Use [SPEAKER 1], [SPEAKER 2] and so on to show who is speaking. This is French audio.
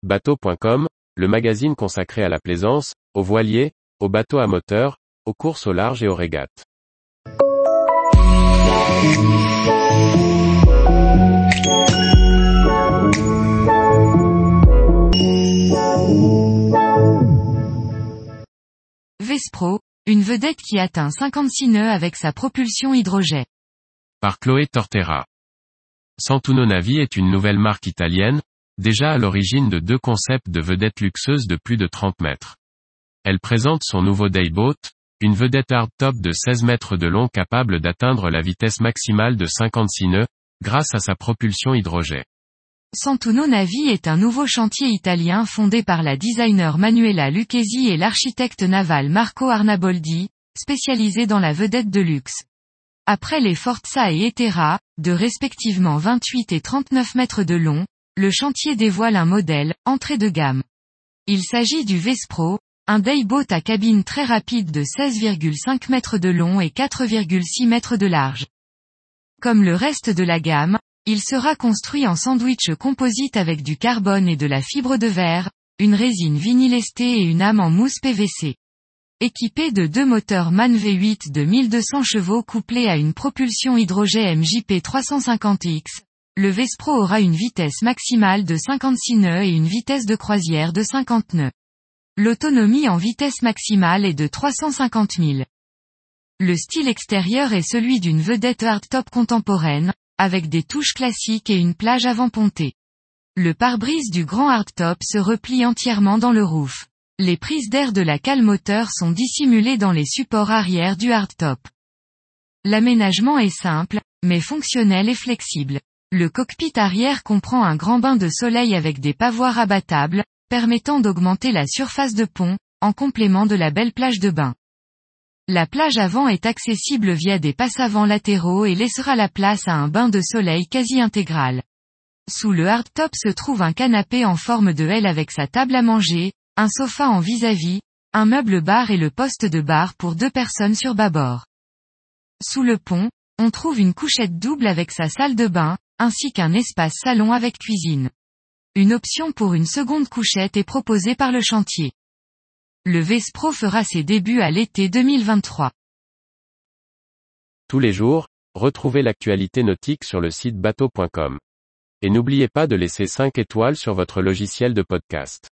[SPEAKER 1] Bateau.com, le magazine consacré à la plaisance, aux voiliers, aux bateaux à moteur, aux courses au large et aux régates.
[SPEAKER 2] Vespro, une vedette qui atteint 56 nœuds avec sa propulsion hydrogène.
[SPEAKER 1] Par Chloé Tortera. Santuno Navi est une nouvelle marque italienne, déjà à l'origine de deux concepts de vedettes luxueuses de plus de 30 mètres. Elle présente son nouveau Dayboat, une vedette hardtop de 16 mètres de long capable d'atteindre la vitesse maximale de 56 nœuds, grâce à sa propulsion hydrogène.
[SPEAKER 2] Santuno Navi est un nouveau chantier italien fondé par la designer Manuela Lucchesi et l'architecte naval Marco Arnaboldi, spécialisé dans la vedette de luxe. Après les Forza et Etera, de respectivement 28 et 39 mètres de long, le chantier dévoile un modèle, entrée de gamme. Il s'agit du Vespro, un dayboat à cabine très rapide de 16,5 mètres de long et 4,6 mètres de large. Comme le reste de la gamme, il sera construit en sandwich composite avec du carbone et de la fibre de verre, une résine vinylestée et une âme en mousse PVC. Équipé de deux moteurs MAN V8 de 1200 chevaux couplés à une propulsion hydrogène MJP 350X, le Vespro aura une vitesse maximale de 56 nœuds et une vitesse de croisière de 50 nœuds. L'autonomie en vitesse maximale est de 350 000. Le style extérieur est celui d'une vedette hardtop contemporaine, avec des touches classiques et une plage avant-pontée. Le pare-brise du grand hardtop se replie entièrement dans le roof. Les prises d'air de la cale moteur sont dissimulées dans les supports arrière du hardtop. L'aménagement est simple, mais fonctionnel et flexible. Le cockpit arrière comprend un grand bain de soleil avec des pavoirs abattables, permettant d'augmenter la surface de pont, en complément de la belle plage de bain. La plage avant est accessible via des passe-avant latéraux et laissera la place à un bain de soleil quasi intégral. Sous le hardtop se trouve un canapé en forme de L avec sa table à manger, un sofa en vis-à-vis, un meuble bar et le poste de bar pour deux personnes sur bâbord. Sous le pont, on trouve une couchette double avec sa salle de bain, ainsi qu'un espace salon avec cuisine. Une option pour une seconde couchette est proposée par le chantier. Le Vespro fera ses débuts à l'été 2023.
[SPEAKER 1] Tous les jours, retrouvez l'actualité nautique sur le site bateau.com. Et n'oubliez pas de laisser 5 étoiles sur votre logiciel de podcast.